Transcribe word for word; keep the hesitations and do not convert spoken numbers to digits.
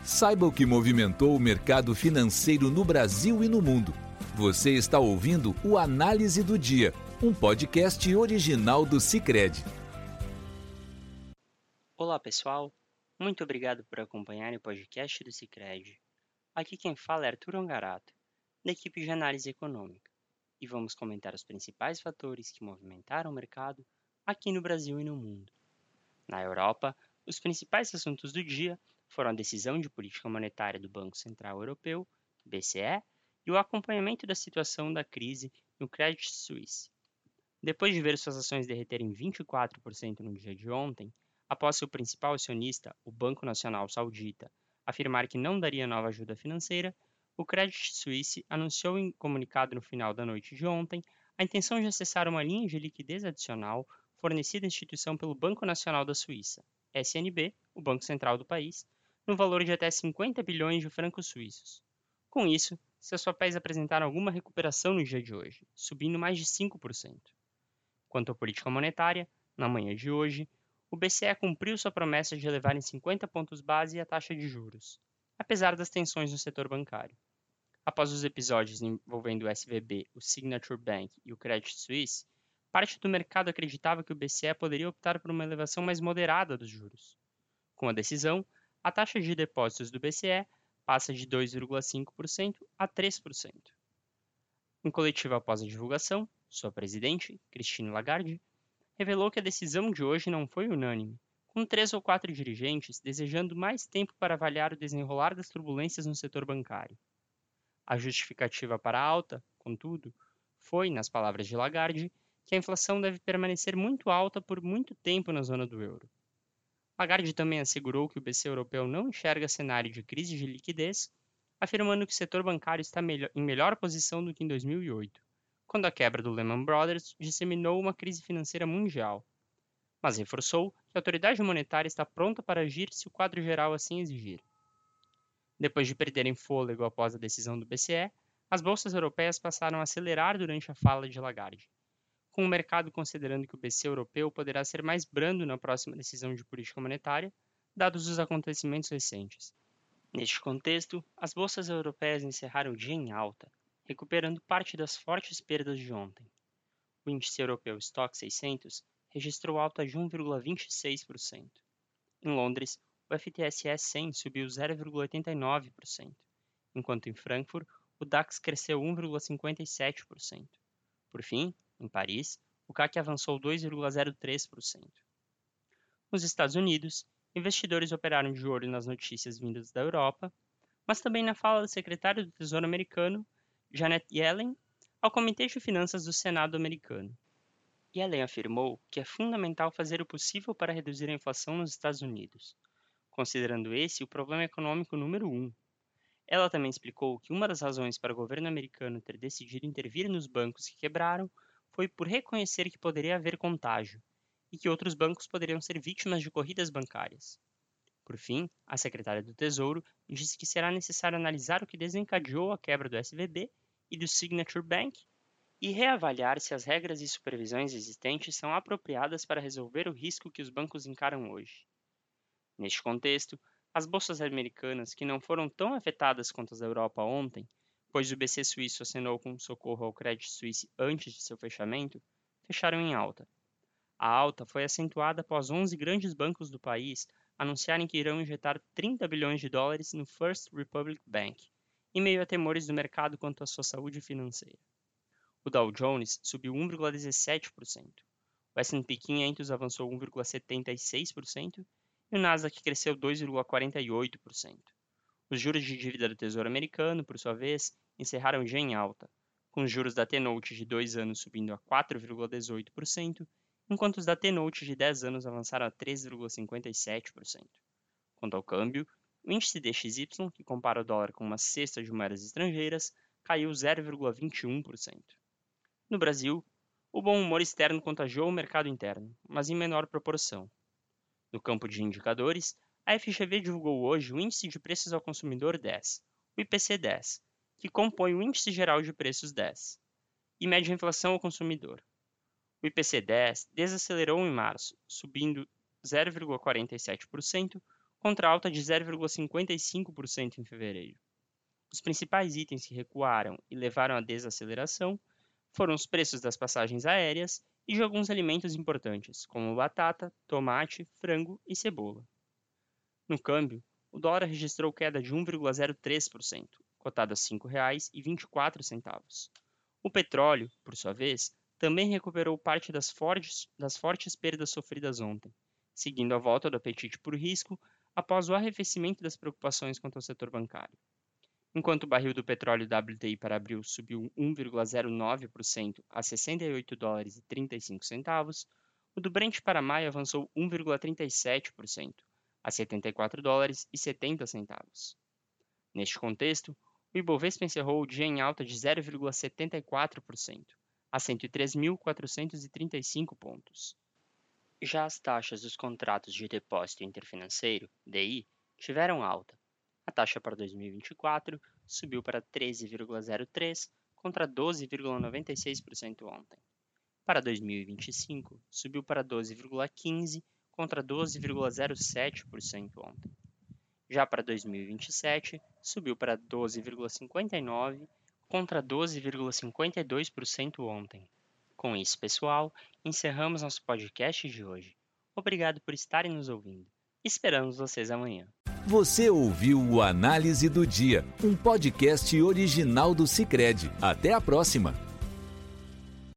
Saiba o que movimentou o mercado financeiro no Brasil e no mundo. Você está ouvindo o Análise do Dia, um podcast original do Sicredi. Olá pessoal, muito obrigado por acompanhar o podcast do Sicredi. Aqui quem fala é Arthur Ongarato, da equipe de análise econômica, e vamos comentar os principais fatores que movimentaram o mercado aqui no Brasil e no mundo. Na Europa, os principais assuntos do dia foram a decisão de política monetária do Banco Central Europeu, B C E, e o acompanhamento da situação da crise no Credit Suisse. Depois de ver suas ações derreterem vinte e quatro por cento no dia de ontem, após seu principal acionista, o Banco Nacional Saudita, afirmar que não daria nova ajuda financeira, o Credit Suisse anunciou em comunicado no final da noite de ontem a intenção de acessar uma linha de liquidez adicional fornecida à instituição pelo Banco Nacional da Suíça, S N B, o Banco Central do país, no valor de até cinquenta bilhões de francos suíços. Com isso, seus papéis apresentaram alguma recuperação no dia de hoje, subindo mais de cinco por cento. Quanto à política monetária, na manhã de hoje, o B C E cumpriu sua promessa de elevar em cinquenta pontos base a taxa de juros, apesar das tensões no setor bancário. Após os episódios envolvendo o S V B, o Signature Bank e o Credit Suisse, parte do mercado acreditava que o B C E poderia optar por uma elevação mais moderada dos juros. Com a decisão, a taxa de depósitos do B C E passa de dois vírgula cinco por cento a três por cento. Em coletiva após a divulgação, sua presidente, Christine Lagarde, revelou que a decisão de hoje não foi unânime, com três ou quatro dirigentes desejando mais tempo para avaliar o desenrolar das turbulências no setor bancário. A justificativa para a alta, contudo, foi, nas palavras de Lagarde, que a inflação deve permanecer muito alta por muito tempo na zona do euro. Lagarde também assegurou que o B C europeu não enxerga cenário de crise de liquidez, afirmando que o setor bancário está em melhor posição do que em dois mil e oito, quando a quebra do Lehman Brothers disseminou uma crise financeira mundial, mas reforçou que a autoridade monetária está pronta para agir se o quadro geral assim exigir. Depois de perderem fôlego após a decisão do B C E, as bolsas europeias passaram a acelerar durante a fala de Lagarde, com o mercado considerando que o B C europeu poderá ser mais brando na próxima decisão de política monetária, dados os acontecimentos recentes. Neste contexto, as bolsas europeias encerraram o dia em alta, recuperando parte das fortes perdas de ontem. O índice europeu Stoxx seiscentos registrou alta de um vírgula vinte e seis por cento. Em Londres, o F T S E cem subiu zero vírgula oitenta e nove por cento, enquanto em Frankfurt, o DAX cresceu um vírgula cinquenta e sete por cento. Por fim, em Paris, o C A C avançou dois vírgula zero três por cento. Nos Estados Unidos, investidores operaram de olho nas notícias vindas da Europa, mas também na fala do secretário do Tesouro americano, Janet Yellen, ao Comitê de Finanças do Senado americano. Yellen afirmou que é fundamental fazer o possível para reduzir a inflação nos Estados Unidos, considerando esse o problema econômico número um. Ela também explicou que uma das razões para o governo americano ter decidido intervir nos bancos que quebraram foi por reconhecer que poderia haver contágio e que outros bancos poderiam ser vítimas de corridas bancárias. Por fim, a secretária do Tesouro disse que será necessário analisar o que desencadeou a quebra do S V B e do Signature Bank e reavaliar se as regras e supervisões existentes são apropriadas para resolver o risco que os bancos encaram hoje. Neste contexto, as bolsas americanas, que não foram tão afetadas quanto as da Europa ontem, pois o B C suíço assinou com socorro ao Credit Suisse antes de seu fechamento, fecharam em alta. A alta foi acentuada após onze grandes bancos do país anunciarem que irão injetar trinta bilhões de dólares no First Republic Bank, em meio a temores do mercado quanto à sua saúde financeira. O Dow Jones subiu um vírgula dezessete por cento, o S and P quinhentos avançou um vírgula setenta e seis por cento e o Nasdaq cresceu dois vírgula quarenta e oito por cento. Os juros de dívida do Tesouro americano, por sua vez, encerraram o dia em alta, com os juros da T-Note de dois anos subindo a quatro vírgula dezoito por cento, enquanto os da T-Note de dez anos avançaram a três vírgula cinquenta e sete por cento. Quanto ao câmbio, o índice D X Y, que compara o dólar com uma cesta de moedas estrangeiras, caiu zero vírgula vinte e um por cento. No Brasil, o bom humor externo contagiou o mercado interno, mas em menor proporção. No campo de indicadores, a F G V divulgou hoje o Índice de Preços ao Consumidor dez, o I P C dez, que compõe o Índice Geral de Preços dez, e mede a inflação ao consumidor. O I P C dez desacelerou em março, subindo zero vírgula quarenta e sete por cento, contra alta de zero vírgula cinquenta e cinco por cento em fevereiro. Os principais itens que recuaram e levaram à desaceleração foram os preços das passagens aéreas e de alguns alimentos importantes, como batata, tomate, frango e cebola. No câmbio, o dólar registrou queda de um vírgula zero três por cento, cotado a cinco reais e vinte e quatro centavos. O petróleo, por sua vez, também recuperou parte das fortes, das fortes perdas sofridas ontem, seguindo a volta do apetite por risco após o arrefecimento das preocupações quanto ao setor bancário. Enquanto o barril do petróleo W T I para abril subiu um vírgula zero nove por cento a sessenta e oito dólares e trinta e cinco centavos, o do Brent para maio avançou um vírgula trinta e sete por cento a setenta e quatro dólares e setenta centavos. Neste contexto, o Ibovespa encerrou o dia em alta de zero vírgula setenta e quatro por cento, a cento e três mil quatrocentos e trinta e cinco pontos. Já as taxas dos contratos de depósito interfinanceiro, D I, tiveram alta. A taxa para dois mil e vinte e quatro subiu para treze vírgula zero três por cento contra doze vírgula noventa e seis por cento ontem. Para dois mil e vinte e cinco, subiu para doze vírgula quinze por cento contra doze vírgula zero sete por cento ontem. Já para dois mil e vinte e sete, subiu para doze vírgula cinquenta e nove por cento contra doze vírgula cinquenta e dois por cento ontem. Com isso, pessoal, encerramos nosso podcast de hoje. Obrigado por estarem nos ouvindo. Esperamos vocês amanhã. Você ouviu o Análise do Dia, um podcast original do Sicredi. Até a próxima!